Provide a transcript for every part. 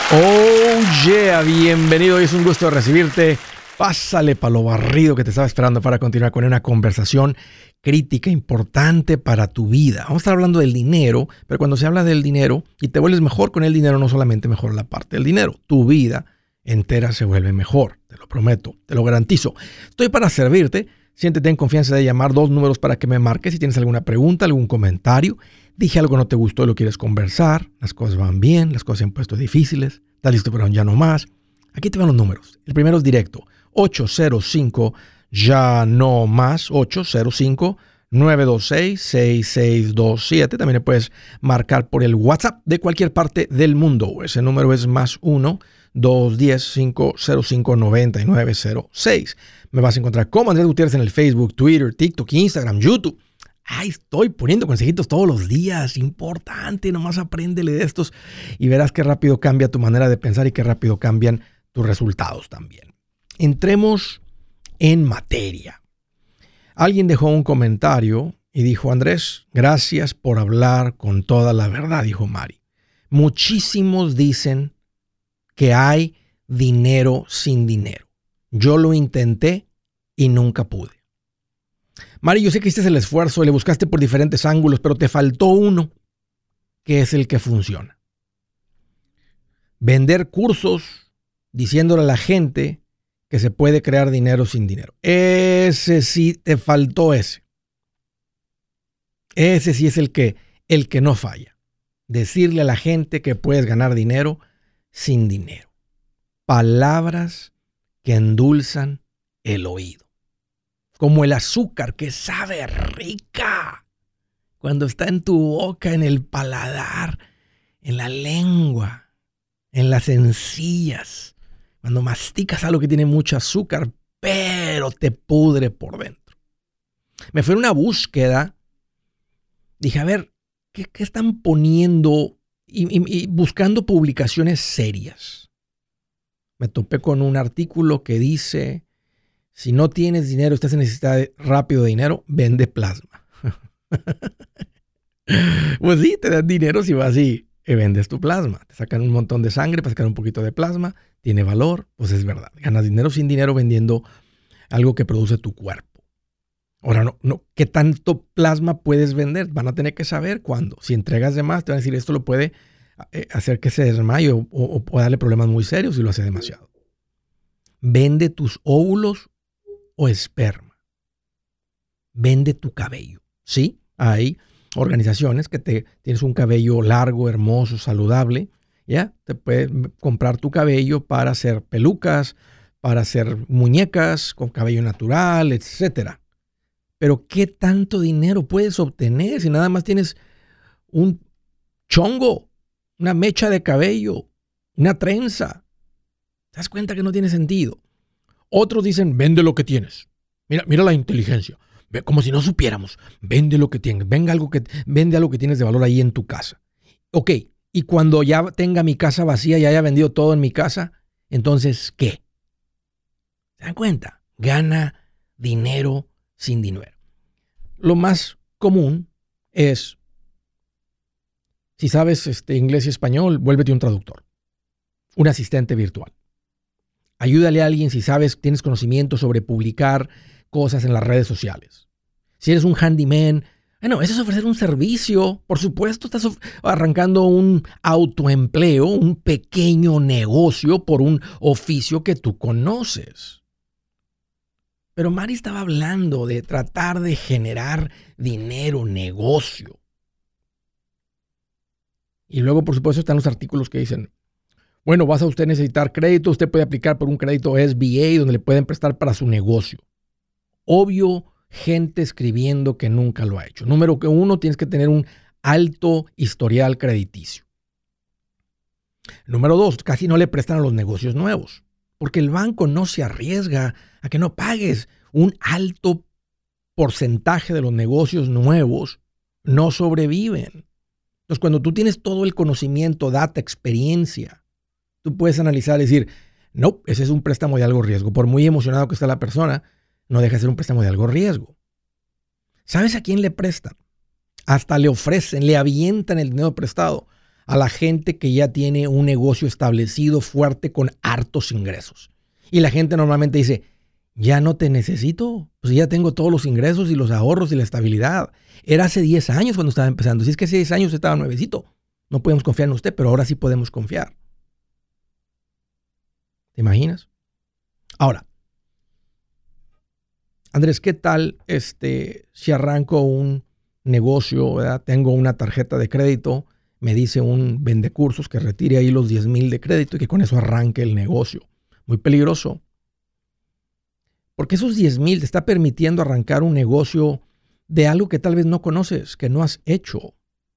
Oh yeah, bienvenido, es un gusto recibirte. Pásale para lo barrido que te estaba esperando para continuar con una conversación crítica, importante para tu vida. Vamos a estar hablando del dinero, pero cuando se habla del dinero y te vuelves mejor con el dinero, no solamente mejora la parte del dinero, tu vida entera se vuelve mejor, te lo prometo, te lo garantizo. Estoy para servirte, siéntete en confianza de llamar 2 números para que me marques si tienes alguna pregunta, algún comentario. Dije algo que no te gustó y lo quieres conversar, las cosas van bien, las cosas se han puesto difíciles, estás listo pero ya no más. Aquí te van los números. El primero es directo, 805 ya no más, 805-926-6627. También le puedes marcar por el WhatsApp de cualquier parte del mundo. Ese número es más 1-210-505-9906. Me vas a encontrar como Andrés Gutiérrez en el Facebook, Twitter, TikTok, Instagram, YouTube. Ahí estoy poniendo consejitos todos los días. Importante, nomás apréndele de estos y verás qué rápido cambia tu manera de pensar y qué rápido cambian tus resultados también. Entremos en materia. Alguien dejó un comentario y dijo: Andrés, gracias por hablar con toda la verdad, dijo Mari. Muchísimos dicen que hay dinero sin dinero. Yo lo intenté y nunca pude. Mari, yo sé que hiciste el esfuerzo y le buscaste por diferentes ángulos, pero te faltó uno que es el que funciona. Vender cursos diciéndole a la gente que se puede crear dinero sin dinero. Ese sí te faltó ese. Ese sí es el que no falla. Decirle a la gente que puedes ganar dinero sin dinero. Palabras que endulzan el oído. Como el azúcar que sabe rica cuando está en tu boca, en el paladar, en la lengua, en las encías. Cuando masticas algo que tiene mucho azúcar, pero te pudre por dentro. Me fui a una búsqueda. Dije, a ver, ¿qué están poniendo? Y buscando publicaciones serias. Me topé con un artículo que dice: si no tienes dinero, estás en necesidad rápido de dinero, vende plasma. Pues sí, te dan dinero si vas y vendes tu plasma. Te sacan un montón de sangre para sacar un poquito de plasma. Tiene valor, pues es verdad. Ganas dinero sin dinero vendiendo algo que produce tu cuerpo. Ahora, no, ¿qué tanto plasma puedes vender? Van a tener que saber cuándo. Si entregas de más, te van a decir: esto lo puede hacer que se desmaye o puede darle problemas muy serios si lo hace demasiado. Vende tus óvulos o esperma. Vende tu cabello. Sí, hay organizaciones que tienes un cabello largo, hermoso, saludable. ¿Ya? Te puedes comprar tu cabello para hacer pelucas, para hacer muñecas con cabello natural, etc. Pero ¿qué tanto dinero puedes obtener si nada más tienes un chongo, una mecha de cabello, una trenza? ¿Te das cuenta que no tiene sentido? Otros dicen: vende lo que tienes. Mira la inteligencia. Como si no supiéramos. Vende lo que tienes. Vende algo que tienes de valor ahí en tu casa. Ok, y cuando ya tenga mi casa vacía y haya vendido todo en mi casa, entonces, ¿qué? ¿Se dan cuenta? Gana dinero sin dinero. Lo más común es, si sabes inglés y español, vuélvete un traductor, un asistente virtual. Ayúdale a alguien si sabes, tienes conocimiento sobre publicar cosas en las redes sociales. Si eres un handyman, bueno, eso es ofrecer un servicio. Por supuesto, estás arrancando un autoempleo, un pequeño negocio por un oficio que tú conoces. Pero Mari estaba hablando de tratar de generar dinero, negocio. Y luego, por supuesto, están los artículos que dicen: bueno, vas a usted necesitar crédito, usted puede aplicar por un crédito SBA donde le pueden prestar para su negocio. Obvio, gente escribiendo que nunca lo ha hecho. Número 1, tienes que tener un alto historial crediticio. Número 2, casi no le prestan a los negocios nuevos, porque el banco no se arriesga a que no pagues. Un alto porcentaje de los negocios nuevos no sobreviven. Entonces, cuando tú tienes todo el conocimiento, data, experiencia, tú puedes analizar y decir: no, ese es un préstamo de algo riesgo. Por muy emocionado que está la persona, no deja de ser un préstamo de algo riesgo. ¿Sabes a quién le prestan? Hasta le ofrecen, le avientan el dinero prestado a la gente que ya tiene un negocio establecido fuerte con hartos ingresos. Y la gente normalmente dice, ya no te necesito, pues ya tengo todos los ingresos y los ahorros y la estabilidad. Era hace 10 años cuando estaba empezando. Si es que hace 10 años estaba nuevecito, no podemos confiar en usted, pero ahora sí podemos confiar. ¿Te imaginas? Ahora, Andrés, ¿qué tal si arranco un negocio, ¿verdad? Tengo una tarjeta de crédito, me dice un vendecursos que retire ahí los 10,000 de crédito y que con eso arranque el negocio? Muy peligroso. Porque esos 10,000 te está permitiendo arrancar un negocio de algo que tal vez no conoces, que no has hecho.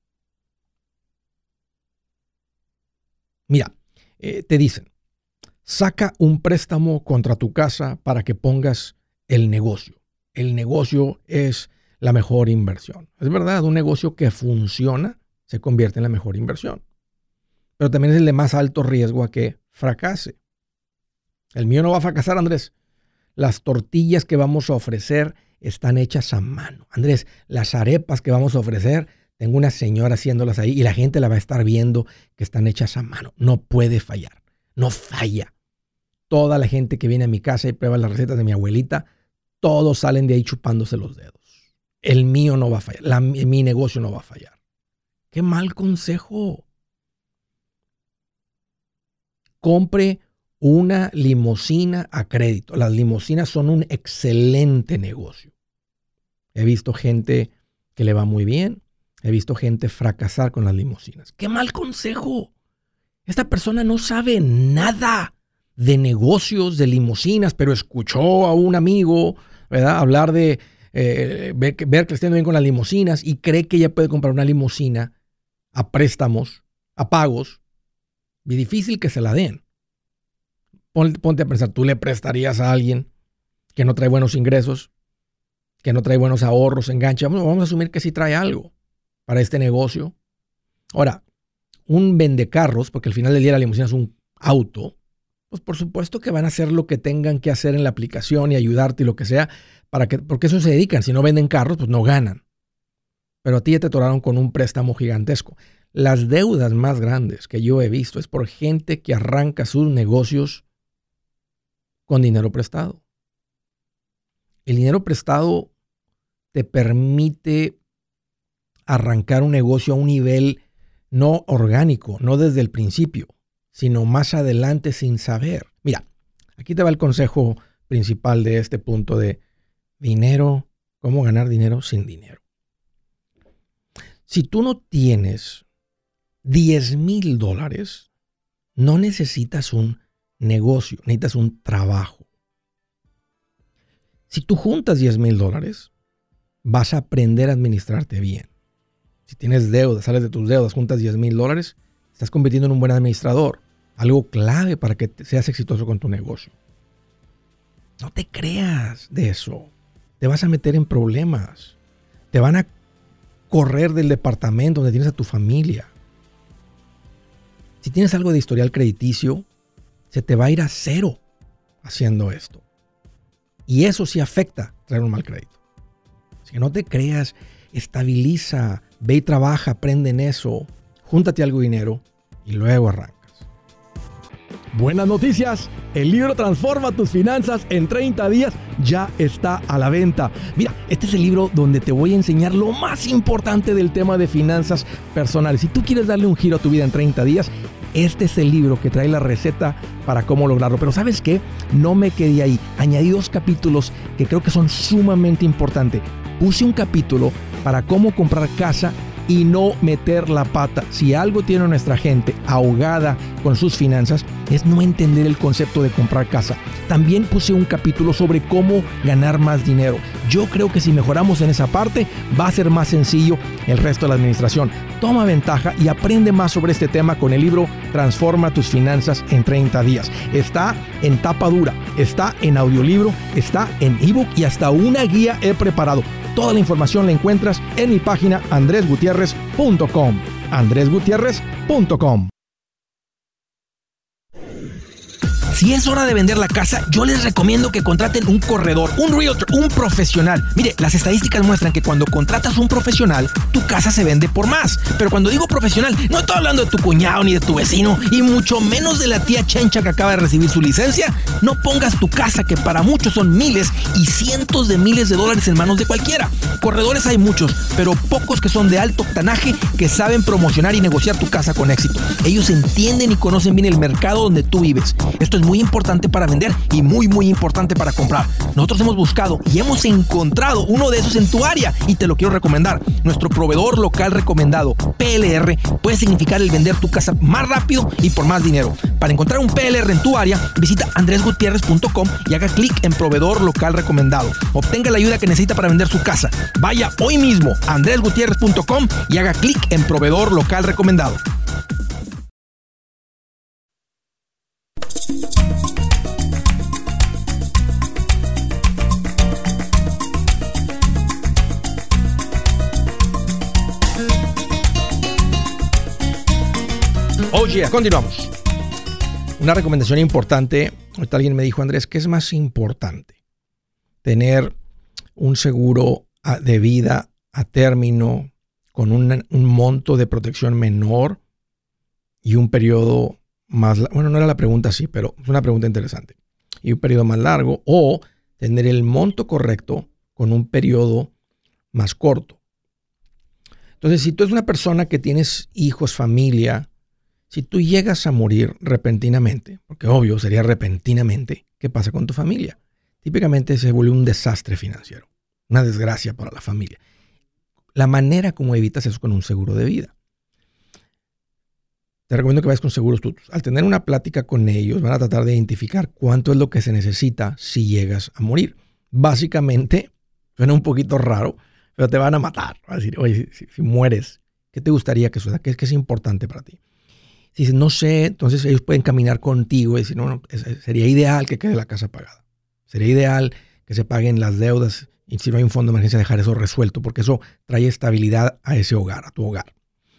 Mira, te dicen, saca un préstamo contra tu casa para que pongas el negocio. El negocio es la mejor inversión. Es verdad, un negocio que funciona se convierte en la mejor inversión. Pero también es el de más alto riesgo a que fracase. El mío no va a fracasar, Andrés. Las tortillas que vamos a ofrecer están hechas a mano. Andrés, las arepas que vamos a ofrecer, tengo una señora haciéndolas ahí y la gente la va a estar viendo que están hechas a mano. No puede fallar. No falla. Toda la gente que viene a mi casa y prueba las recetas de mi abuelita, todos salen de ahí chupándose los dedos. El mío no va a fallar. Mi negocio no va a fallar. ¡Qué mal consejo! Compre una limusina a crédito. Las limusinas son un excelente negocio. He visto gente que le va muy bien. He visto gente fracasar con las limusinas. ¡Qué mal consejo! Esta persona no sabe nada de negocios, de limusinas, pero escuchó a un amigo, ¿verdad?, hablar de ver que le estén bien con las limusinas y cree que ya puede comprar una limusina a préstamos, a pagos, y difícil que se la den. Ponte a pensar, ¿tú le prestarías a alguien que no trae buenos ingresos, que no trae buenos ahorros, enganche? Vamos a asumir que sí trae algo para este negocio. Ahora, un vendecarros, porque al final del día la limusina es un auto, pues por supuesto que van a hacer lo que tengan que hacer en la aplicación y ayudarte y lo que sea, porque eso se dedican. Si no venden carros, pues no ganan. Pero a ti ya te atoraron con un préstamo gigantesco. Las deudas más grandes que yo he visto es por gente que arranca sus negocios con dinero prestado. El dinero prestado te permite arrancar un negocio a un nivel no orgánico, no desde el principio, sino más adelante sin saber. Mira, aquí te va el consejo principal de este punto de dinero, cómo ganar dinero sin dinero. Si tú no tienes $10,000, no necesitas un negocio, necesitas un trabajo. Si tú juntas $10,000, vas a aprender a administrarte bien. Si tienes deudas, sales de tus deudas, juntas $10,000, estás convirtiendo en un buen administrador. Algo clave para que seas exitoso con tu negocio. No te creas de eso. Te vas a meter en problemas. Te van a correr del departamento donde tienes a tu familia. Si tienes algo de historial crediticio, se te va a ir a cero haciendo esto. Y eso sí afecta traer un mal crédito. Así que no te creas, estabiliza, ve y trabaja, aprende en eso, júntate algo de dinero y luego arrancas. Buenas noticias, el libro Transforma tus finanzas en 30 días ya está a la venta. Mira, este es el libro donde te voy a enseñar lo más importante del tema de finanzas personales. Si tú quieres darle un giro a tu vida en 30 días, este es el libro que trae la receta para cómo lograrlo. Pero ¿sabes qué? No me quedé ahí. Añadí 2 capítulos que creo que son sumamente importantes. Puse un capítulo para cómo comprar casa y no meter la pata. Si algo tiene nuestra gente ahogada con sus finanzas, es no entender el concepto de comprar casa. También puse un capítulo sobre cómo ganar más dinero. Yo creo que si mejoramos en esa parte, va a ser más sencillo el resto de la administración. Toma ventaja y aprende más sobre este tema con el libro Transforma tus finanzas en 30 días. Está en tapa dura, está en audiolibro, está en ebook y hasta una guía he preparado. Toda la información la encuentras en mi página andresgutierrez.com. andresgutierrez.com. Si es hora de vender la casa, yo les recomiendo que contraten un corredor, un realtor, un profesional. Mire, las estadísticas muestran que cuando contratas un profesional, tu casa se vende por más. Pero cuando digo profesional, no estoy hablando de tu cuñado ni de tu vecino, y mucho menos de la tía Chencha que acaba de recibir su licencia. No pongas tu casa, que para muchos son miles y cientos de miles de dólares, en manos de cualquiera. Corredores hay muchos, pero pocos que son de alto octanaje, que saben promocionar y negociar tu casa con éxito. Ellos entienden y conocen bien el mercado donde tú vives. Esto es muy importante para vender y muy importante para comprar. Nosotros hemos buscado y hemos encontrado uno de esos en tu área y te lo quiero recomendar. Nuestro proveedor local recomendado, PLR, puede significar el vender tu casa más rápido y por más dinero. Para encontrar un PLR en tu área, visita andresgutierrez.com y haga clic en proveedor local recomendado. Obtenga la ayuda que necesita para vender su casa. Vaya hoy mismo a andresgutierrez.com y haga clic en proveedor local recomendado. Oye, continuamos. Una recomendación importante. Ahorita alguien me dijo, Andrés, ¿qué es más importante? ¿Tener un seguro de vida a término con un monto de protección menor y un periodo más largo? Bueno, no era la pregunta así, pero es una pregunta interesante. Y un periodo más largo, o tener el monto correcto con un periodo más corto. Entonces, si tú eres una persona que tienes hijos, familia, si tú llegas a morir repentinamente, porque obvio sería repentinamente, ¿qué pasa con tu familia? Típicamente se vuelve un desastre financiero, una desgracia para la familia. La manera como evitas eso es con un seguro de vida. Te recomiendo que vayas con Seguros Tutus. Al tener una plática con ellos, van a tratar de identificar cuánto es lo que se necesita si llegas a morir. Básicamente, suena un poquito raro, pero te van a matar. Van a decir, oye, si mueres, ¿qué te gustaría que suceda? ¿Qué es importante para ti? Si dices, no sé, entonces ellos pueden caminar contigo y decir, no, sería ideal que quede la casa pagada. Sería ideal que se paguen las deudas y si no hay un fondo de emergencia dejar eso resuelto, porque eso trae estabilidad a ese hogar, a tu hogar.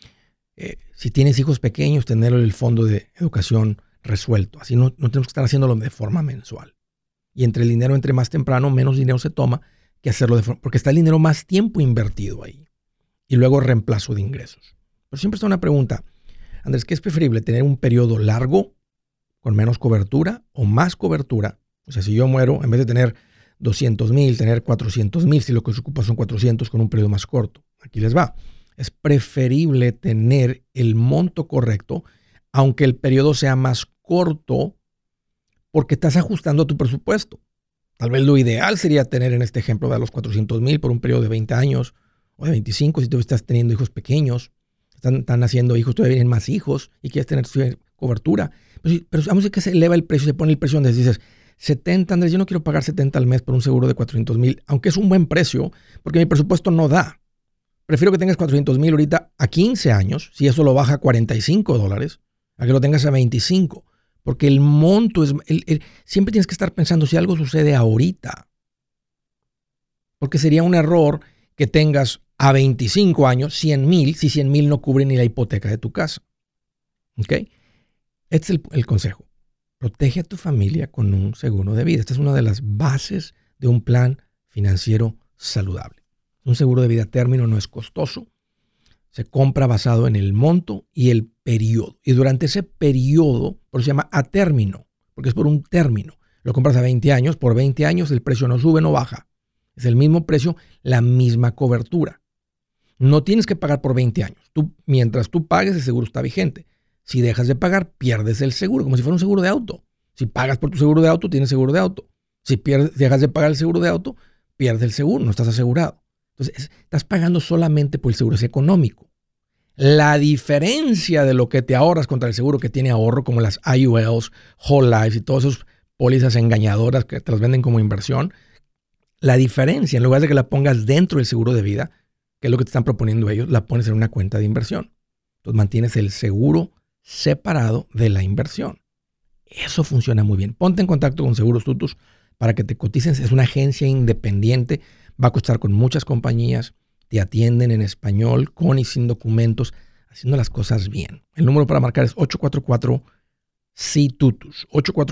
Si tienes hijos pequeños, tener el fondo de educación resuelto. Así no tenemos que estar haciéndolo de forma mensual. Y entre el dinero, entre más temprano, menos dinero se toma que hacerlo de forma, porque está el dinero más tiempo invertido ahí. Y luego reemplazo de ingresos. Pero siempre está una pregunta. Andrés, ¿qué es preferible? ¿Tener un periodo largo con menos cobertura o más cobertura? O sea, si yo muero, en vez de tener 200,000, tener 400,000, si lo que se ocupa son 400 con un periodo más corto. Aquí les va. Es preferible tener el monto correcto, aunque el periodo sea más corto, porque estás ajustando a tu presupuesto. Tal vez lo ideal sería tener en este ejemplo de los 400,000 por un periodo de 20 años o de 25 si tú estás teniendo hijos pequeños. Están naciendo hijos, todavía vienen más hijos y quieres tener cobertura. Pero vamos a ver que se eleva el precio, se pone el precio donde dices, 70, Andrés, yo no quiero pagar 70 al mes por un seguro de 400,000, aunque es un buen precio, porque mi presupuesto no da. Prefiero que tengas 400,000 ahorita a 15 años, si eso lo baja a $45, a que lo tengas a 25, porque el monto es... siempre tienes que estar pensando si algo sucede ahorita, porque sería un error que tengas a 25 años 100,000 si 100,000 no cubre ni la hipoteca de tu casa. ¿Ok? Este es el consejo. Protege a tu familia con un seguro de vida. Esta es una de las bases de un plan financiero saludable. Un seguro de vida a término no es costoso. Se compra basado en el monto y el periodo. Y durante ese periodo, por eso se llama a término, porque es por un término. Lo compras a 20 años, por 20 años el precio no sube, no baja. Es el mismo precio, la misma cobertura. No tienes que pagar por 20 años. Mientras tú pagues, el seguro está vigente. Si dejas de pagar, pierdes el seguro, como si fuera un seguro de auto. Si pagas por tu seguro de auto, tienes seguro de auto. Si dejas de pagar el seguro de auto, pierdes el seguro, no estás asegurado. Entonces, estás pagando solamente por el seguro, es económico. La diferencia de lo que te ahorras contra el seguro que tiene ahorro, como las IULs, Whole Life y todas esas pólizas engañadoras que te las venden como inversión, la diferencia, en lugar de que la pongas dentro del seguro de vida, que es lo que te están proponiendo ellos, la pones en una cuenta de inversión. Entonces mantienes el seguro separado de la inversión. Eso funciona muy bien. Ponte en contacto con Seguros Tutus para que te coticen. Es una agencia independiente. Va a costar con muchas compañías. Te atienden en español, con y sin documentos, haciendo las cosas bien. El número para marcar es Sí, Tutus,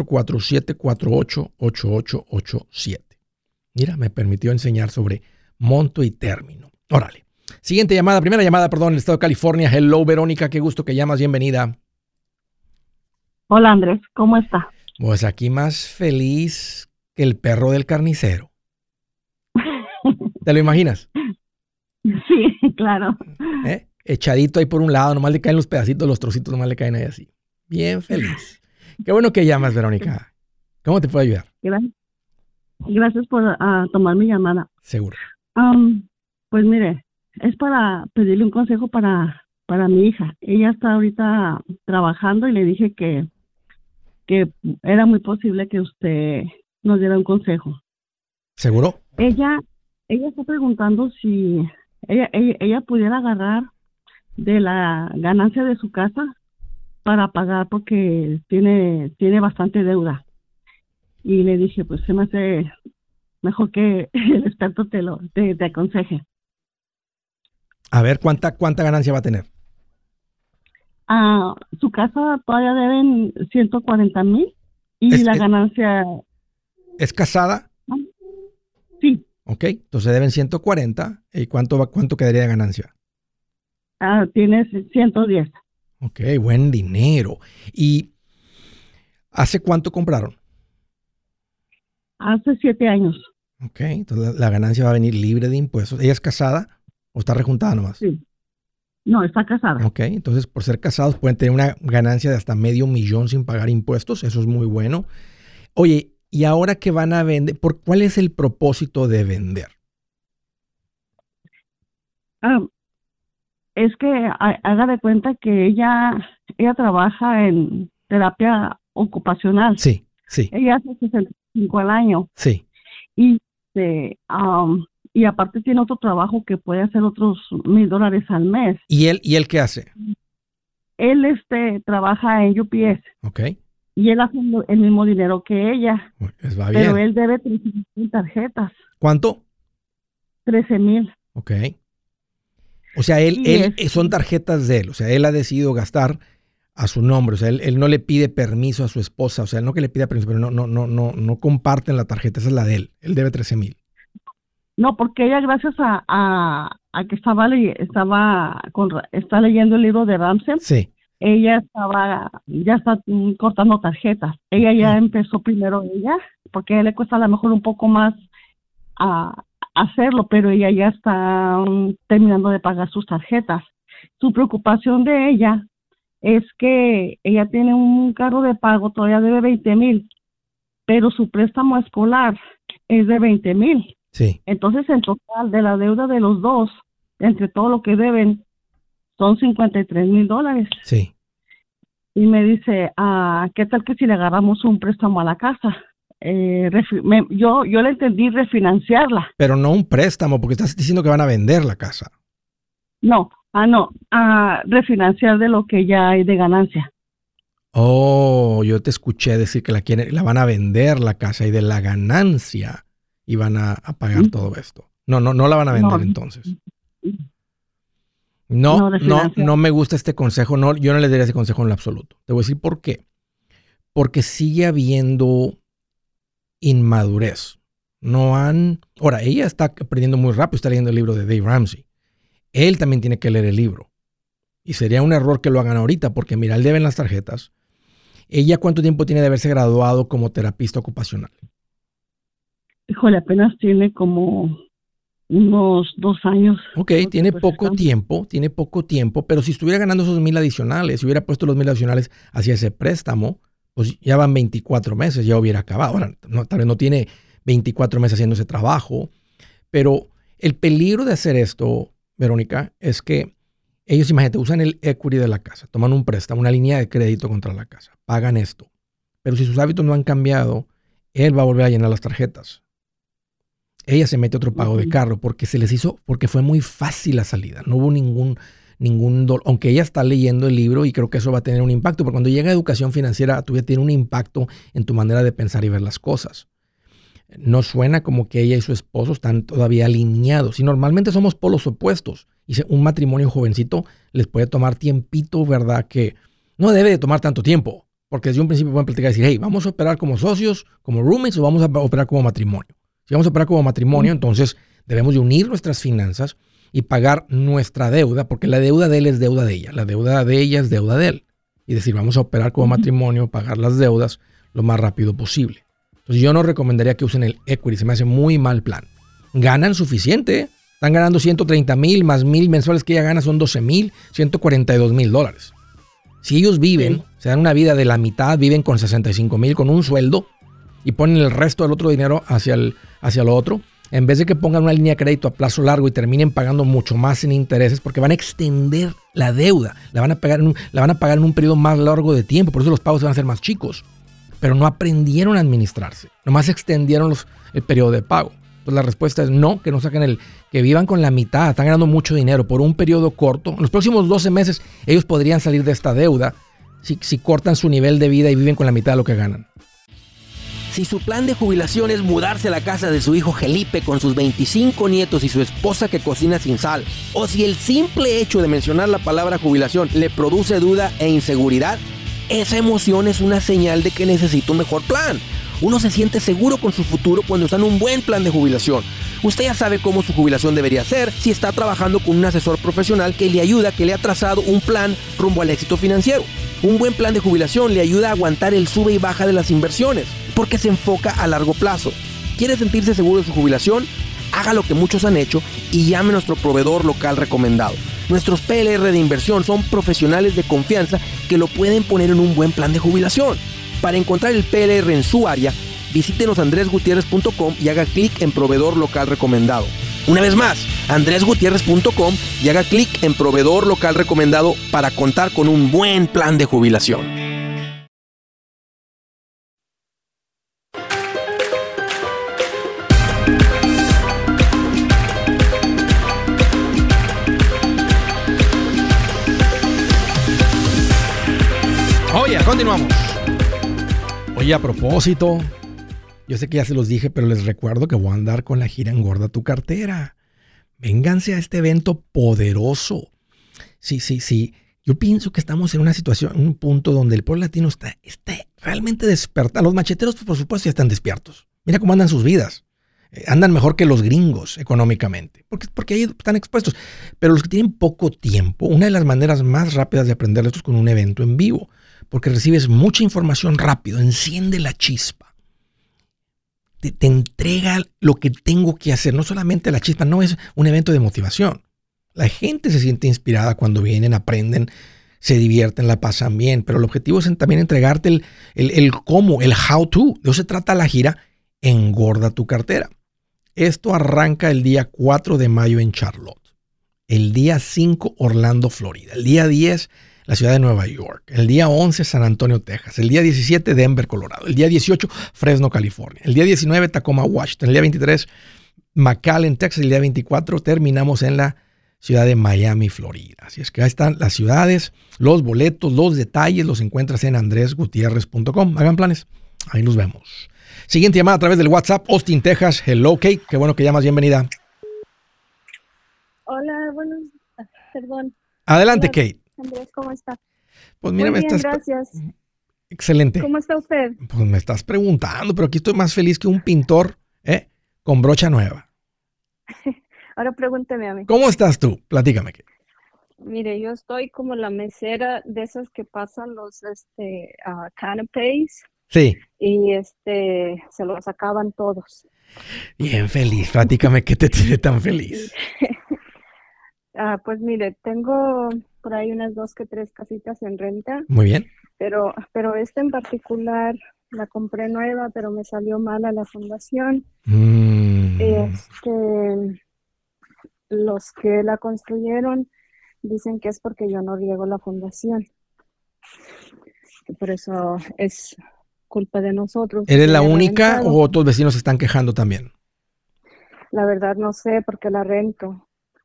844-748-8887. Mira, me permitió enseñar sobre monto y término. Órale. Siguiente llamada, primera llamada, perdón, el estado de California. Hello, Verónica, qué gusto que llamas, bienvenida. Hola Andrés, ¿cómo está? Pues aquí más feliz que el perro del carnicero. ¿Te lo imaginas? Sí, claro. Echadito ahí por un lado, nomás le caen los pedacitos, los trocitos nomás le caen ahí así. Bien feliz. Qué bueno que llamas, Verónica. ¿Cómo te puedo ayudar? Gracias por tomar mi llamada. Seguro. Pues mire, es para pedirle un consejo para mi hija. Ella está ahorita trabajando y le dije que era muy posible que usted nos diera un consejo. ¿Seguro? Ella está preguntando si ella pudiera agarrar de la ganancia de su casa para pagar porque tiene bastante deuda. Y le dije, pues se me hace mejor que el experto te aconseje. A ver, ¿cuánta ganancia va a tener? Su casa todavía deben 140,000 y la ganancia... ¿Es casada? Sí. Ok, entonces deben 140. ¿Y cuánto quedaría de ganancia? Tienes 110. Ok, buen dinero. ¿Y hace cuánto compraron? Hace 7 años. Ok, entonces la ganancia va a venir libre de impuestos. ¿Ella es casada o está rejuntada nomás? Sí. No, está casada. Ok, entonces por ser casados pueden tener una ganancia de hasta $500,000 sin pagar impuestos. Eso es muy bueno. Oye, ¿y ahora que van a vender? ¿Cuál es el propósito de vender? Es que haga de cuenta que ella trabaja en terapia ocupacional. Sí, sí. Ella hace 65 al año. Sí. Y aparte tiene otro trabajo que puede hacer otros $1,000 al mes. ¿Y él qué hace? Él trabaja en UPS. Ok. Y él hace el mismo dinero que ella. Pues va bien. Pero él debe 13,000 tarjetas. ¿Cuánto? 13,000. Ok. O sea, son tarjetas de él. O sea, él ha decidido gastar a su nombre. O sea, él no le pide permiso a su esposa. O sea, no que le pida permiso, pero no comparten la tarjeta. Esa es la de él. Él debe 13,000. No, porque ella gracias a que está leyendo el libro de Ramsey. Sí. Ella ya está cortando tarjetas. Ella ya empezó primero porque a ella le cuesta a lo mejor un poco más hacerlo, pero ella ya está terminando de pagar sus tarjetas. Su preocupación de ella es que ella tiene un cargo de pago, todavía debe 20,000, pero su préstamo escolar es de 20,000. Sí. Entonces, en total de la deuda de los dos, entre todo lo que deben, son $53,000. Sí. Y me dice, ¿qué tal que si le agarramos un préstamo a la casa? Yo le entendí refinanciarla. Pero no un préstamo, porque estás diciendo que van a vender la casa. No, refinanciar de lo que ya hay de ganancia. Oh, yo te escuché decir que la van a vender la casa y de la ganancia iban a pagar todo esto. No la van a vender entonces. No me gusta este consejo. No, yo no le daría ese consejo en lo absoluto. Te voy a decir por qué. Porque sigue habiendo inmadurez. Ahora, ella está aprendiendo muy rápido, está leyendo el libro de Dave Ramsey. Él también tiene que leer el libro. Y sería un error que lo hagan ahorita, porque mira, él debe en las tarjetas. ¿Ella cuánto tiempo tiene de haberse graduado como terapista ocupacional? Híjole, apenas tiene como unos 2 años. Ok, tiene poco tiempo, pero si estuviera ganando esos 1,000 adicionales, si hubiera puesto los 1,000 adicionales hacia ese préstamo, pues ya van 24 meses, ya hubiera acabado. Ahora, tal vez no tiene 24 meses haciendo ese trabajo, pero el peligro de hacer esto, Verónica, es que ellos, imagínate, usan el equity de la casa, toman un préstamo, una línea de crédito contra la casa, pagan esto. Pero si sus hábitos no han cambiado, él va a volver a llenar las tarjetas. Ella se mete otro pago de carro porque porque fue muy fácil la salida. No hubo ningún dolor. Aunque ella está leyendo el libro y creo que eso va a tener un impacto, porque cuando llega a educación financiera, tú ya tiene un impacto en tu manera de pensar y ver las cosas. No suena como que ella y su esposo están todavía alineados. Y normalmente somos polos opuestos. Y un matrimonio jovencito les puede tomar tiempito, ¿verdad? Que no debe de tomar tanto tiempo. Porque desde un principio pueden platicar y decir, hey, ¿vamos a operar como socios, como roommates o vamos a operar como matrimonio? Si vamos a operar como matrimonio, entonces debemos de unir nuestras finanzas y pagar nuestra deuda, porque la deuda de él es deuda de ella, la deuda de ella es deuda de él. Y decir, vamos a operar como matrimonio, pagar las deudas lo más rápido posible. Entonces yo no recomendaría que usen el equity, se me hace muy mal plan. Ganan suficiente, ¿eh? Están ganando 130,000 más 1,000 mensuales que ella gana son 12,000, $142,000. Si ellos viven, se dan una vida de la mitad, viven con 65,000 con un sueldo y ponen el resto del otro dinero hacia lo otro, en vez de que pongan una línea de crédito a plazo largo y terminen pagando mucho más en intereses, porque van a extender la deuda, la van a pagar en un periodo más largo de tiempo, por eso los pagos van a ser más chicos. Pero no aprendieron a administrarse, nomás extendieron el periodo de pago. Pues la respuesta es no, que no saquen que vivan con la mitad, están ganando mucho dinero por un periodo corto. En los próximos 12 meses ellos podrían salir de esta deuda si cortan su nivel de vida y viven con la mitad de lo que ganan. Si su plan de jubilación es mudarse a la casa de su hijo Felipe con sus 25 nietos y su esposa que cocina sin sal, o si el simple hecho de mencionar la palabra jubilación le produce duda e inseguridad, esa emoción es una señal de que necesita un mejor plan. Uno se siente seguro con su futuro cuando está en un buen plan de jubilación. Usted ya sabe cómo su jubilación debería ser si está trabajando con un asesor profesional que le ayuda, que le ha trazado un plan rumbo al éxito financiero. Un buen plan de jubilación le ayuda a aguantar el sube y baja de las inversiones, porque se enfoca a largo plazo. ¿Quiere sentirse seguro de su jubilación? Haga lo que muchos han hecho y llame a nuestro proveedor local recomendado. Nuestros PLR de inversión son profesionales de confianza que lo pueden poner en un buen plan de jubilación. Para encontrar el PLR en su área, visítenos andresgutierrez.com y haga clic en proveedor local recomendado. Una vez más, andresgutierrez.com y haga clic en proveedor local recomendado para contar con un buen plan de jubilación. Oye, continuamos. Oye, a propósito, yo sé que ya se los dije, pero les recuerdo que voy a andar con la gira Engorda tu Cartera. Vénganse a este evento poderoso. Sí. Yo pienso que estamos en una situación, en un punto donde el pueblo latino está realmente despertado. Los macheteros, por supuesto, ya están despiertos. Mira cómo andan sus vidas. Andan mejor que los gringos económicamente, porque ahí están expuestos. Pero los que tienen poco tiempo, una de las maneras más rápidas de aprender esto es con un evento en vivo, porque recibes mucha información rápido, enciende la chispa. Te entrega lo que tengo que hacer, no solamente la chispa, no es un evento de motivación. La gente se siente inspirada cuando vienen, aprenden, se divierten, la pasan bien, pero el objetivo es también entregarte el cómo, el how to. De eso se trata la gira Engorda tu Cartera. Esto arranca el día 4 de mayo en Charlotte, el día 5 Orlando, Florida, el día 10 la ciudad de Nueva York, el día 11 San Antonio, Texas, el día 17 Denver, Colorado, el día 18 Fresno, California, el día 19 Tacoma, Washington, el día 23 McAllen, Texas, el día 24 terminamos en la ciudad de Miami, Florida. Así es que ahí están las ciudades, los boletos, los detalles, los encuentras en andresgutierrez.com. Hagan planes, ahí nos vemos. Siguiente llamada a través del WhatsApp, Austin, Texas. Hello, Kate. Qué bueno que llamas. Bienvenida. Hola, bueno, perdón. Adelante, Hola, Kate. Andrés, ¿cómo está? Pues mira, Muy bien, gracias. Excelente. ¿Cómo está usted? Pues me estás preguntando, pero aquí estoy más feliz que un pintor con brocha nueva. Ahora pregúnteme a mí. ¿Cómo estás tú? Platícame, Kate. Mire, yo estoy como la mesera de esas que pasan los canapés. Sí. Y se los acaban todos. Bien feliz. Platícame qué te tiene tan feliz. Pues mire, tengo por ahí unas 2 que 3 casitas en renta. Muy bien. Pero esta en particular la compré nueva, pero me salió mala la fundación. Los que la construyeron dicen que es porque yo no riego la fundación. Que por eso es culpa de nosotros. ¿Eres la única o otros vecinos se están quejando también? La verdad no sé porque la rento.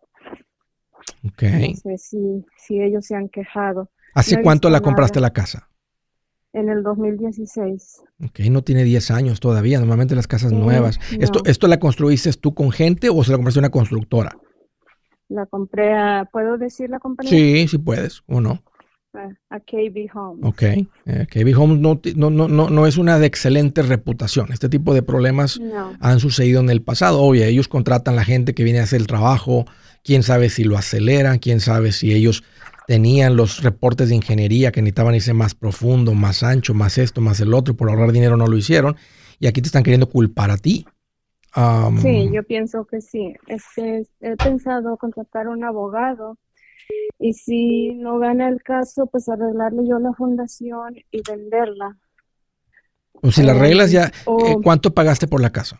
Okay. No sé si ellos se han quejado. ¿Hace cuánto la compraste la casa? En el 2016. Ok, no tiene 10 años todavía. Normalmente las casas nuevas. No. ¿Esto la construiste tú con gente o se la compraste a una constructora? La compré ¿puedo decir la compañía? Sí, sí puedes, ¿o no? a KB Homes. Ok. KB Homes no es una de excelente reputación. Este tipo de problemas No. han sucedido en el pasado. Oye, ellos contratan la gente que viene a hacer el trabajo. Quién sabe si lo aceleran, quién sabe si ellos tenían los reportes de ingeniería que necesitaban irse más profundo, más ancho, más esto, más el otro, y por ahorrar dinero no lo hicieron. Y aquí te están queriendo culpar a ti. Sí, yo pienso que sí. He pensado contratar un abogado y si no gana el caso, pues arreglarle yo la fundación y venderla. Pues si las reglas ya, O ¿cuánto pagaste por la casa?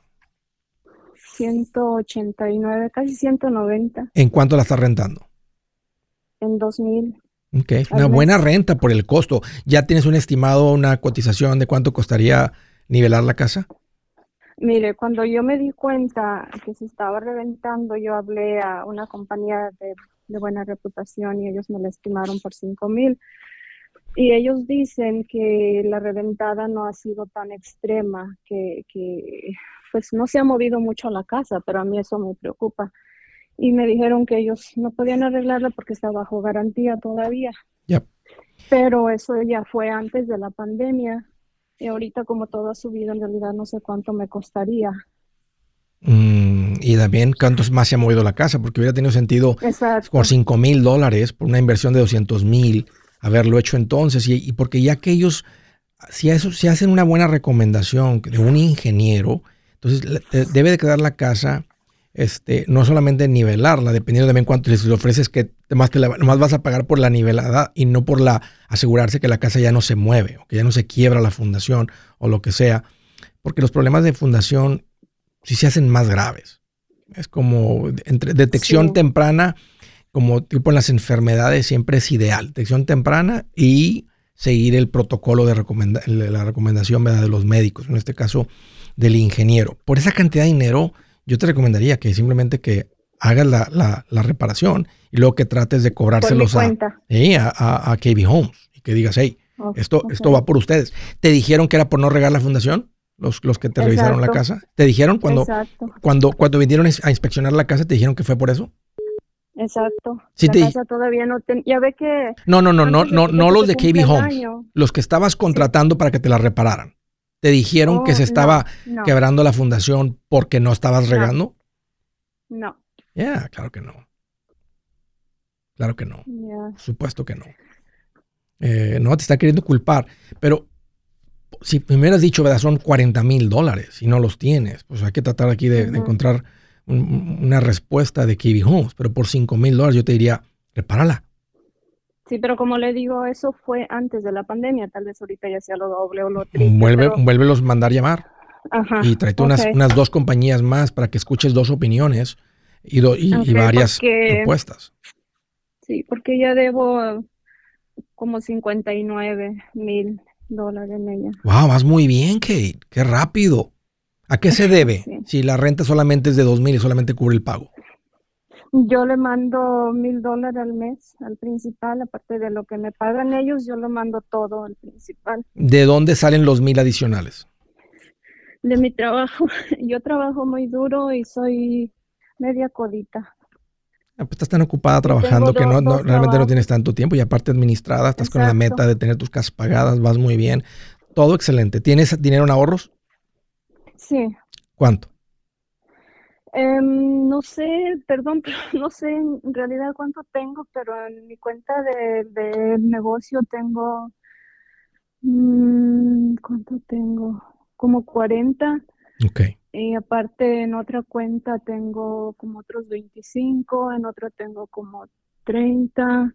189, casi 190 ¿En cuánto la estás rentando? en 2000 Ok, es una al buena mes. renta por el costo. ¿Ya tienes un estimado, una cotización de cuánto costaría nivelar la casa? Mire, cuando yo me di cuenta que se estaba reventando, yo hablé a una compañía de buena reputación y ellos me la estimaron por 5,000. Y ellos dicen que la reventada no ha sido tan extrema, que pues no se ha movido mucho la casa, pero a mí eso me preocupa. Y me dijeron que ellos no podían arreglarla porque está bajo garantía todavía. Ya. Pero eso ya fue antes de la pandemia. Y ahorita como todo ha subido, en realidad no sé cuánto me costaría. Y también, ¿cuánto más se ha movido la casa? Porque hubiera tenido sentido por Exacto. $5,000 por una inversión de 200,000 haberlo hecho entonces. Y porque ya que ellos, si hacen una buena recomendación de un ingeniero, entonces debe de quedar la casa, no solamente nivelarla, dependiendo también cuánto les ofreces, que nomás vas a pagar por la nivelada y no por asegurarse que la casa ya no se mueve o que ya no se quiebra la fundación o lo que sea. Porque los problemas de fundación sí se hacen más graves. Es como entre detección Sí, temprana, como tipo en las enfermedades, siempre es ideal. Detección temprana y seguir el protocolo de la recomendación, ¿verdad?, de los médicos, en este caso del ingeniero. Por esa cantidad de dinero, yo te recomendaría que simplemente que hagas la reparación y luego que trates de por mi cobrárselos cuenta. a KB Homes y que digas, hey, esto Ok. va por ustedes. ¿Te dijeron que era por no regar la fundación? Los que te revisaron la Exacto, casa. ¿Te dijeron exacto, cuando vinieron a inspeccionar la casa, te dijeron que fue por eso? exacto. Sí La casa todavía no ya ve que No, antes de no que los se de cumple KB el Homes, año, los que estabas sí. contratando para que te la repararan. ¿Te dijeron que Oh, se estaba no, quebrando la fundación porque no estabas no, regando? no. Ya, claro que no. Claro que no. Ya. Por supuesto que no. No te está queriendo culpar. Pero si me hubieras dicho, ¿verdad?, son $40,000 y no los tienes, pues hay que tratar aquí de Ujú. encontrar una respuesta de KB Homes. Pero por $5,000 yo te diría, repárala. Sí, pero como le digo, eso fue antes de la pandemia. Tal vez ahorita ya sea lo doble o lo triple, pero Vuélvelos a mandar llamar y ajá, tráete ok, unas 2 compañías más para que escuches 2 opiniones y ok, varias porque propuestas. sí, porque ya debo como 59,000 dólares en ella. Wow, vas muy bien, Kate. Qué rápido. ¿A qué se debe Sí. si la renta solamente es de 2,000 y solamente cubre el pago? Yo le mando $1,000 al mes al principal, aparte de lo que me pagan ellos, yo le mando todo al principal. ¿De dónde salen los 1,000 adicionales? De mi trabajo, yo trabajo muy duro y soy media codita. Pues estás tan ocupada Y tengo trabajando que dos realmente no tienes trabajos. tanto tiempo y aparte administrada, estás con la Exacto. meta de tener tus casas pagadas, vas muy bien. Todo excelente. ¿Tienes dinero en ahorros? Sí. ¿Cuánto? No sé, perdón, pero no sé en realidad cuánto tengo, pero en mi cuenta del negocio tengo, ¿cuánto tengo? Como 40. Ok. Y aparte en otra cuenta tengo como otros 25, en otra tengo como 30.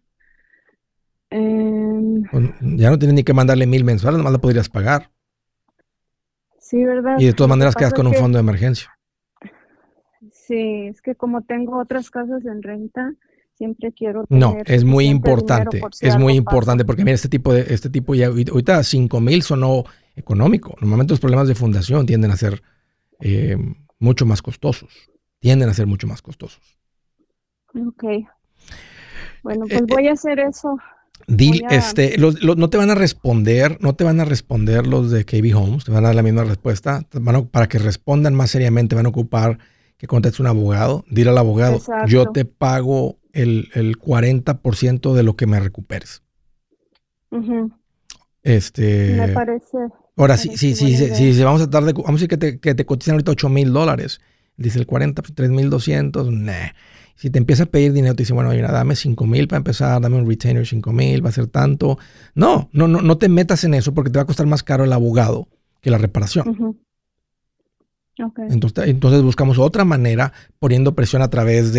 em, Pues ya no tienes ni que mandarle 1,000 mensuales, nomás la podrías pagar. sí, ¿verdad? Y de todas Lo que maneras quedas pasa es con un que, fondo de emergencia. sí, es que como tengo otras casas en renta, siempre quiero No, tener es muy suficiente dinero importante. por si Es muy algo importante pasa. porque mira, este tipo ya ahorita 5,000 sonó económico. Normalmente los problemas de fundación tienden a ser eh, mucho más costosos. Tienden a ser mucho más costosos. Ok, bueno, Eh, pues eh, voy a hacer eso. Voy a, no te van a responder, no te van a responder los de KB Homes, te van a dar la misma respuesta. Para que respondan más seriamente, van a ocupar que contactes un abogado. Dile al abogado, yo exacto. te pago el 40% de lo que me recuperes. Ujú. Me Este, parece, ahora, parece buena idea. si vamos a tratar de, vamos a decir que te cotizan ahorita $8,000. Dice el 40, pues 3,200, nah. Si te empieza a pedir dinero, te dice, bueno, mira, dame 5,000 para empezar, dame un retainer 5,000, va a ser tanto. No te metas en eso porque te va a costar más caro el abogado que la reparación. Ujú. Okay. Entonces buscamos otra manera, poniendo presión a través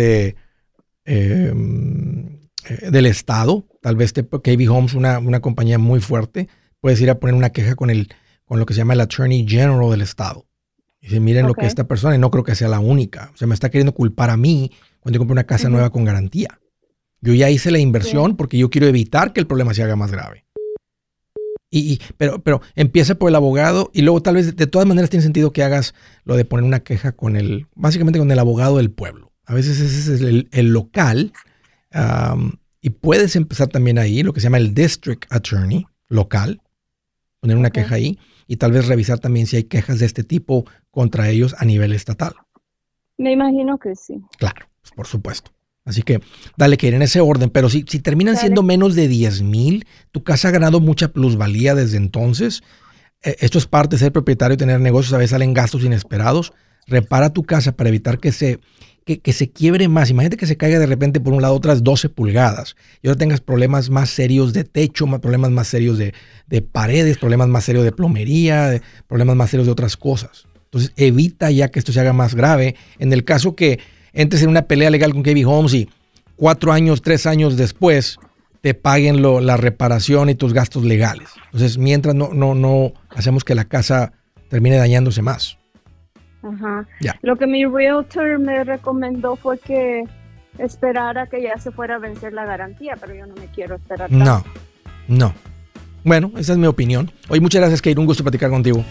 del Estado. Tal vez KB Homes, una compañía muy fuerte, puedes ir a poner una queja con lo que se llama el Attorney General del Estado. Y dice, miren lo que Okay. esta persona, y no creo que sea la única. O sea, me está queriendo culpar a mí cuando yo compré una casa Ujú. nueva con garantía. Yo ya hice la Sí. inversión porque yo quiero evitar que el problema se haga más grave. Pero empieza por el abogado y luego tal vez de todas maneras tiene sentido que hagas lo de poner una queja básicamente con el abogado del pueblo. A veces ese es el local, y puedes empezar también ahí, lo que se llama el District Attorney local, poner una Okay. queja ahí y tal vez revisar también si hay quejas de este tipo contra ellos a nivel estatal. Me imagino que sí. Claro, pues, por supuesto. Así que dale que ir en ese orden, pero si terminan siendo Sale. menos de 10,000, tu casa ha ganado mucha plusvalía desde entonces. Esto es parte de ser propietario y tener negocios, a veces salen gastos inesperados. Repara tu casa para evitar que se quiebre más. Imagínate que se caiga de repente por un lado otras 12 pulgadas y ahora tengas problemas más serios de techo, problemas más serios de paredes, problemas más serios de plomería, problemas más serios de otras cosas. Entonces evita ya que esto se haga más grave. En el caso que entres en una pelea legal con KB Homes y 4 años, 3 años después te paguen la reparación y tus gastos legales. Entonces, mientras no hacemos que la casa termine dañándose más. Ajá. Ya. Lo que mi realtor me recomendó fue que esperara que ya se fuera a vencer la garantía, pero yo no me quiero esperar tanto. No. Bueno, esa es mi opinión. Oye, muchas gracias, Kate. Un gusto platicar contigo.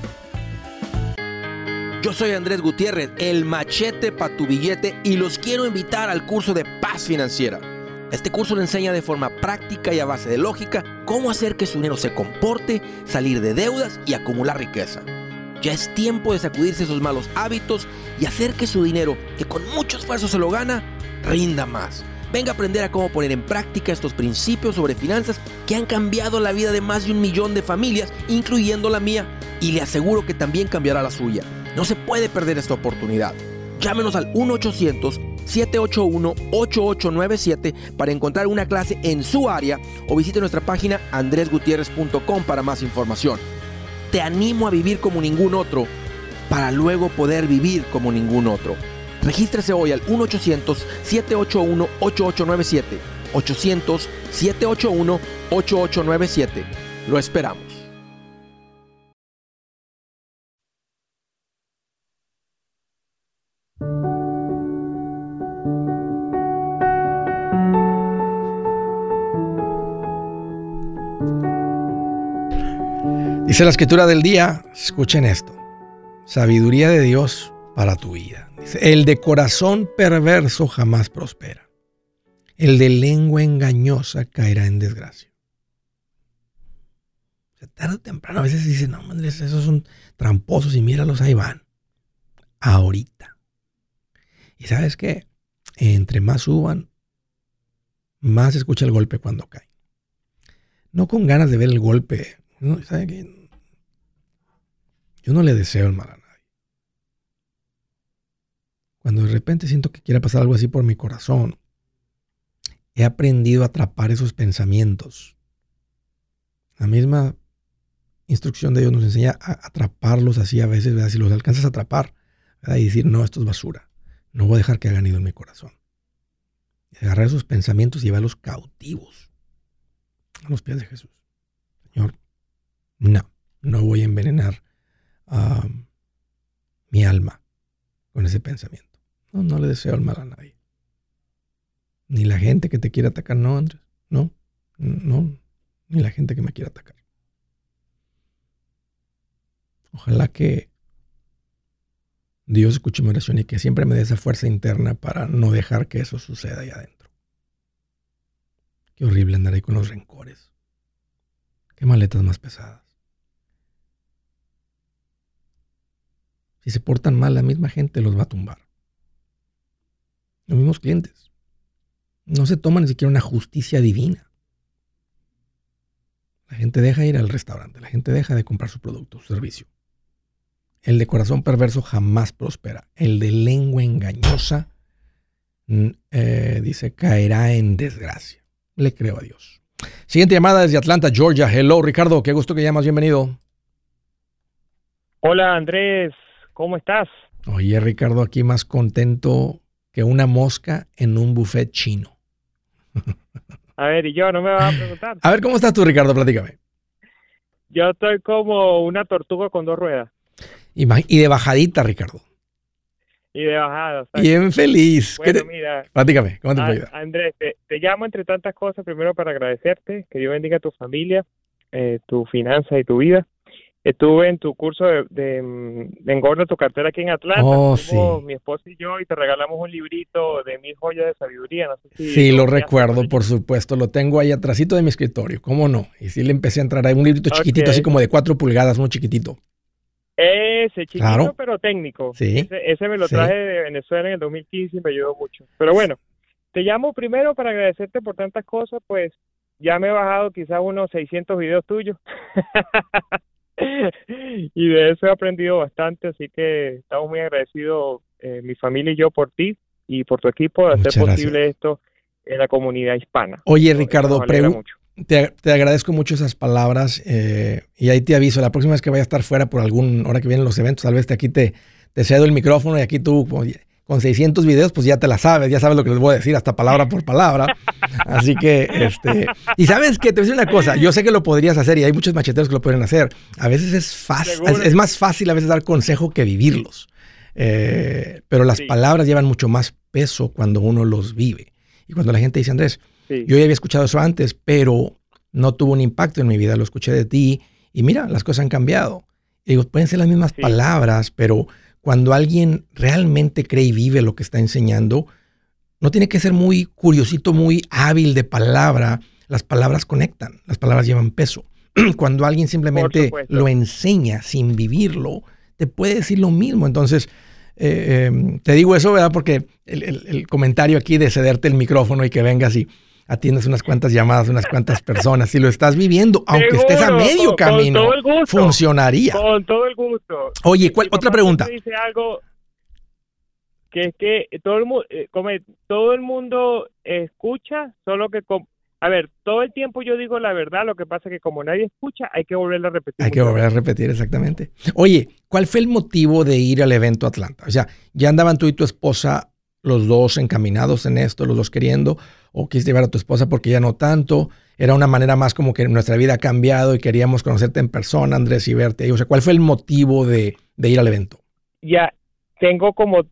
Yo soy Andrés Gutiérrez, el machete para tu billete, y los quiero invitar al curso de Paz Financiera. Este curso le enseña de forma práctica y a base de lógica cómo hacer que su dinero se comporte, salir de deudas y acumular riqueza. Ya es tiempo de sacudirse esos malos hábitos y hacer que su dinero, que con mucho esfuerzo se lo gana, rinda más. Venga a aprender a cómo poner en práctica estos principios sobre finanzas que han cambiado la vida de más de 1 millón de familias, incluyendo la mía, y le aseguro que también cambiará la suya. No se puede perder esta oportunidad. Llámenos al 1-800-781-8897 para encontrar una clase en su área o visite nuestra página andresgutierrez.com para más información. Te animo a vivir como ningún otro para luego poder vivir como ningún otro. Regístrese hoy al 1-800-781-8897. 800-781-8897. Lo esperamos. Dice la escritura del día, escuchen esto. Sabiduría de Dios para tu vida. Dice, el de corazón perverso jamás prospera. El de lengua engañosa caerá en desgracia. O sea, tarde o temprano a veces dicen, no, Andrés, esos son tramposos y míralos, ahí van. Ahorita. ¿Y sabes qué? Entre más suban, más se escucha el golpe cuando caen. No con ganas de ver el golpe. No, ¿sabe qué? Yo no le deseo el mal a nadie. Cuando de repente siento que quiera pasar algo así por mi corazón, he aprendido a atrapar esos pensamientos. La misma instrucción de Dios nos enseña a atraparlos así a veces, ¿verdad? Si los alcanzas a atrapar, ¿verdad? Y decir, no, esto es basura. No voy a dejar que hagan nido en mi corazón. Y agarrar esos pensamientos y llevarlos cautivos a los pies de Jesús. Señor, no voy a envenenar mi alma con ese pensamiento. No le deseo el mal a nadie. Ni la gente que te quiere atacar, no, Andrés. No, ni la gente que me quiere atacar. Ojalá que Dios escuche mi oración y que siempre me dé esa fuerza interna para no dejar que eso suceda ahí adentro. Qué horrible andar ahí con los rencores. Qué maletas más pesadas. Si se portan mal, la misma gente los va a tumbar. Los mismos clientes. No se toman ni siquiera una justicia divina. La gente deja de ir al restaurante, la gente deja de comprar su producto, su servicio. El de corazón perverso jamás prospera. El de lengua engañosa, dice, caerá en desgracia. Le creo a Dios. Siguiente llamada desde Atlanta, Georgia. Hello, Ricardo, qué gusto que llamas, bienvenido. Hola Andrés, ¿cómo estás? Oye, Ricardo, aquí más contento que una mosca en un buffet chino. A ver, ¿y yo no me vas a preguntar? A ver, ¿cómo estás tú, Ricardo? Platícame. Yo estoy como una tortuga con dos ruedas Y de bajadita, Ricardo. y de bajada. O sea, Bien feliz. bueno, mira, Platícame, ¿cómo te puedo ayudar? Andrés, te llamo entre tantas cosas, primero para agradecerte, que Dios bendiga a tu familia, tu finanza y tu vida. Estuve en tu curso de engorda tu cartera aquí en Atlanta. Oh, Fuimos sí. mi esposa y yo y te regalamos un librito de 1000 joyas de sabiduría. No sé si Sí, lo ya recuerdo, por supuesto. Lo tengo ahí atrásito de mi escritorio. ¿Cómo no? Y sí le empecé a entrar ahí un librito chiquitito, así Ok. como de 4 pulgadas, uno chiquitito. Ese chiquito, Claro. pero técnico. Sí. Ese me lo Sí. traje de Venezuela en el 2015 y me ayudó mucho. Pero bueno, te llamo primero para agradecerte por tantas cosas, pues ya me he bajado quizás unos 600 videos tuyos. Y de eso he aprendido bastante, así que estamos muy agradecidos, mi familia y yo, por ti y por tu equipo de hacer Muchas posible gracias. esto en la comunidad hispana. Oye, Eso Ricardo, nos alegra mucho. te agradezco mucho esas palabras y ahí te aviso, la próxima vez que vaya a estar fuera por hora que vienen los eventos, tal vez aquí te cedo el micrófono y aquí tú con 600 videos, pues ya te la sabes, ya sabes lo que les voy a decir, hasta palabra por palabra. Así que, y sabes que te voy a decir una cosa, yo sé que lo podrías hacer y hay muchos macheteros que lo pueden hacer. A veces es fácil, Seguro. es más fácil a veces dar consejo que vivirlos. Pero las Sí. palabras llevan mucho más peso cuando uno los vive. Y cuando la gente dice, Andrés, Sí. yo ya había escuchado eso antes, pero no tuvo un impacto en mi vida, lo escuché de ti y mira, las cosas han cambiado. Y digo, pueden ser las mismas Sí. palabras, pero cuando alguien realmente cree y vive lo que está enseñando, no tiene que ser muy curiosito, muy hábil de palabra. Las palabras conectan, las palabras llevan peso. Cuando alguien simplemente supuesto. lo enseña sin vivirlo, te puede decir lo mismo. Entonces, te digo eso, ¿verdad? Porque el comentario aquí de cederte el micrófono y que vengas y atiendas unas cuantas llamadas, unas cuantas personas, si lo estás viviendo, aunque estés a Seguro, medio camino, con todo el gusto. funcionaría. Con todo el gusto. Oye, Mi otra papá pregunta. siempre dice algo que es que todo el mundo escucha, solo que a ver, todo el tiempo yo digo la verdad, lo que pasa es que como nadie escucha, hay que volverla a repetir. Hay que volver a repetir, exactamente. Oye, ¿cuál fue el motivo de ir al evento Atlanta? O sea, ¿ya andaban tú y tu esposa los dos encaminados en esto, los dos queriendo? ¿O quisiste llevar a tu esposa porque ya no tanto? ¿Era una manera más como que nuestra vida ha cambiado y queríamos conocerte en persona, Andrés, y verte ahí? O sea, ¿cuál fue el motivo de ir al evento? Ya tengo como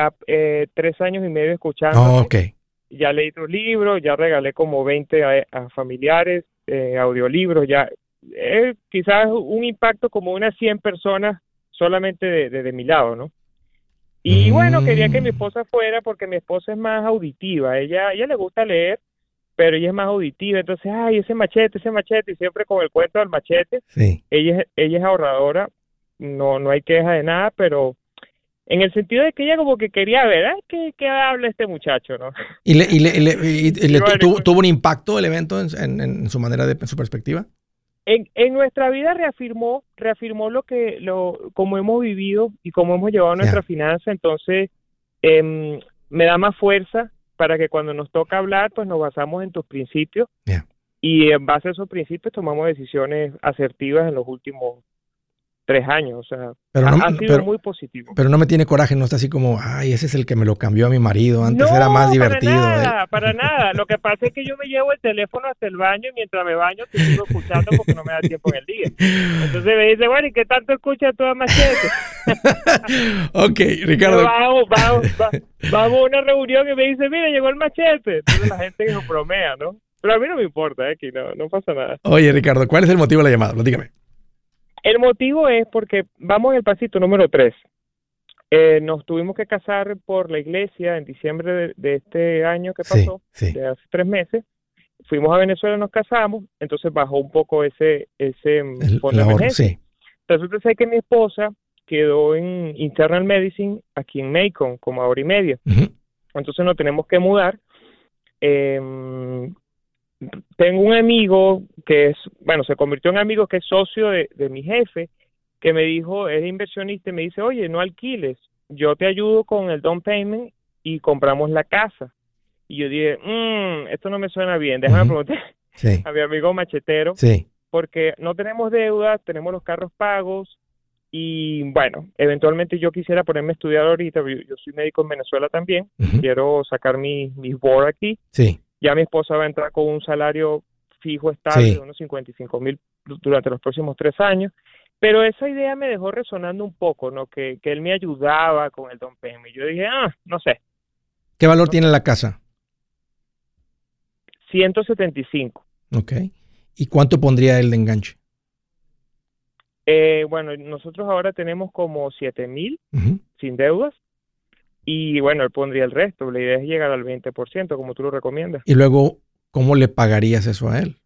3 años y medio escuchando. Oh, ok. Ya leí tus libros, ya regalé como 20 a familiares, audiolibros, ya quizás un impacto como unas 100 personas solamente de mi lado, ¿no? Y bueno, quería que mi esposa fuera porque mi esposa es más auditiva, ella le gusta leer, pero ella es más auditiva, entonces, ay, ese machete, y siempre con el cuento del machete. Sí. Ella es ahorradora, no hay queja de nada, pero en el sentido de que ella como que quería ver, ¿qué habla este muchacho, no? ¿Tuvo un impacto el evento en su manera en su perspectiva? En nuestra vida reafirmó como hemos vivido y cómo hemos llevado nuestra finanza, entonces me da más fuerza para que cuando nos toca hablar, pues nos basamos en tus principios y en base a esos principios tomamos decisiones asertivas en los últimos 3 años, o sea, ha sido muy positivo. Pero no me tiene coraje, no está así como, ay, ese es el que me lo cambió a mi marido, antes era más divertido. Para nada, lo que pasa es que yo me llevo el teléfono hasta el baño y mientras me baño te sigo escuchando porque no me da tiempo en el día. Entonces me dice, bueno, ¿y qué tanto escuchas tú a Machete? Ok, Ricardo. Vamos a una reunión y me dice, mira, llegó el Machete. Entonces la gente nos bromea, ¿no? Pero a mí no me importa, que no pasa nada. Oye, Ricardo, ¿cuál es el motivo de la llamada? Platícame. El motivo es porque vamos en el pasito número 3. Nos tuvimos que casar por la iglesia en diciembre de este año que pasó, de hace 3 meses. Fuimos a Venezuela, nos casamos, entonces bajó un poco ese fondo de emergencia. Sí. Resulta ser que mi esposa quedó en Internal Medicine aquí en Macon, como a 1 hora y media. Entonces nos tenemos que mudar. tengo un amigo que se convirtió en amigo, que es socio de mi jefe, que me dijo, es inversionista, y me dice, oye, no alquiles, yo te ayudo con el down payment y compramos la casa. Y yo dije, esto no me suena bien, déjame preguntar a mi amigo machetero, porque no tenemos deuda, tenemos los carros pagos, y bueno, eventualmente yo quisiera ponerme a estudiar ahorita, yo soy médico en Venezuela también, quiero sacar mis board aquí, ya mi esposa va a entrar con un salario fijo estable de unos 55,000 durante los próximos 3 años, pero esa idea me dejó resonando un poco, ¿no? Que él me ayudaba con el down payment. Yo dije, no sé. ¿Qué valor tiene la casa? 175. Ok. ¿Y cuánto pondría él de enganche? Bueno, nosotros ahora tenemos como 7,000 sin deudas. Y bueno, él pondría el resto. La idea es llegar al 20%, como tú lo recomiendas. Y luego, ¿cómo le pagarías eso a él?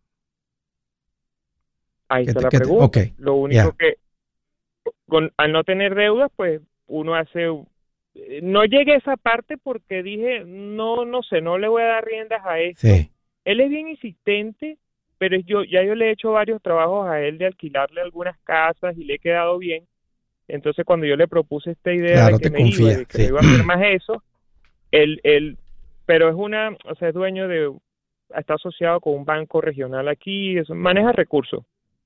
Ahí está la pregunta. Lo único que, al no tener deudas, pues uno hace... No llegué a esa parte porque dije, no sé, no le voy a dar riendas a esto. Él es bien insistente, pero yo le he hecho varios trabajos a él de alquilarle algunas casas y le he quedado bien. Entonces, cuando yo le propuse esta idea de que me iba a hacer más eso, él, pero es dueño está asociado con un banco regional aquí, maneja recursos.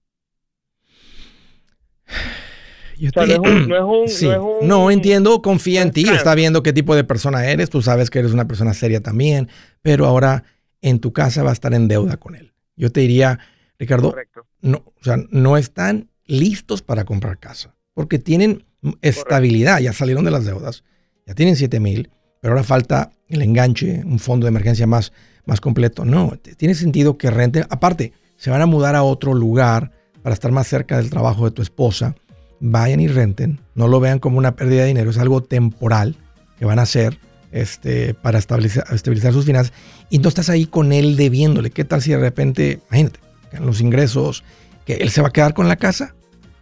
No, entiendo, confía en ti, está viendo qué tipo de persona eres, tú sabes que eres una persona seria también, pero ahora en tu casa va a estar en deuda con él. Yo te diría, Ricardo, no están listos para comprar casa, porque tienen estabilidad, ya salieron de las deudas, ya tienen 7,000, pero ahora falta el enganche, un fondo de emergencia más completo. No, tiene sentido que renten. Aparte, se van a mudar a otro lugar para estar más cerca del trabajo de tu esposa. Vayan y renten, no lo vean como una pérdida de dinero, es algo temporal que van a hacer para estabilizar sus finanzas. Y no estás ahí con él debiéndole. ¿Qué tal si de repente, imagínate, en los ingresos, que él se va a quedar con la casa?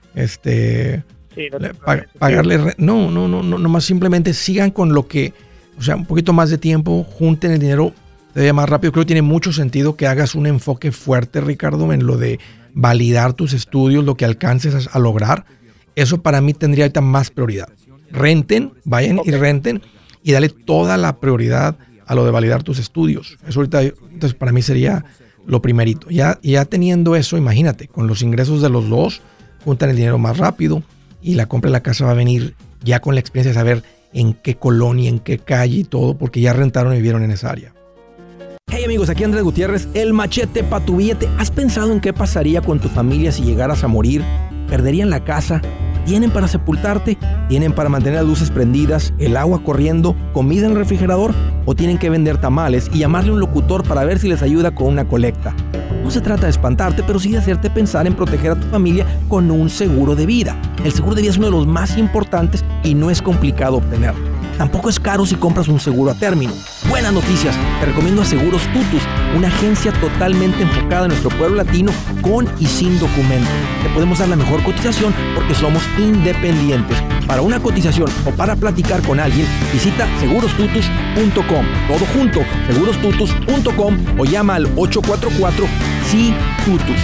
Pagarle. No, nomás simplemente sigan con lo que, un poquito más de tiempo, junten el dinero, te vaya más rápido. Creo que tiene mucho sentido que hagas un enfoque fuerte, Ricardo, en lo de validar tus estudios, lo que alcances a lograr. Eso para mí tendría ahorita más prioridad. Renten, vayan y renten y dale toda la prioridad a lo de validar tus estudios. Eso ahorita, entonces para mí sería lo primerito. Ya teniendo eso, imagínate, con los ingresos de los dos, juntan el dinero más rápido y la compra de la casa va a venir ya con la experiencia de saber en qué colonia, en qué calle y todo, porque ya rentaron y vivieron en esa área. Hey amigos, aquí Andrés Gutiérrez, el machete para tu billete. ¿Has pensado en qué pasaría con tu familia si llegaras a morir? ¿Perderían la casa? ¿Tienen para sepultarte? ¿Tienen para mantener las luces prendidas, el agua corriendo, comida en el refrigerador? ¿O tienen que vender tamales y llamarle a un locutor para ver si les ayuda con una colecta? No se trata de espantarte, pero sí de hacerte pensar en proteger a tu familia con un seguro de vida. El seguro de vida es uno de los más importantes y no es complicado obtenerlo. Tampoco es caro si compras un seguro a término. Buenas noticias, te recomiendo a Seguros Tutus, una agencia totalmente enfocada en nuestro pueblo latino con y sin documentos. Te podemos dar la mejor cotización porque somos independientes. Para una cotización o para platicar con alguien, visita segurostutus.com. Todo junto, segurostutus.com o llama al 844-SI-TUTUS.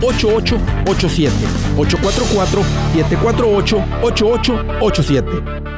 844-748-8887. 844-748-8887.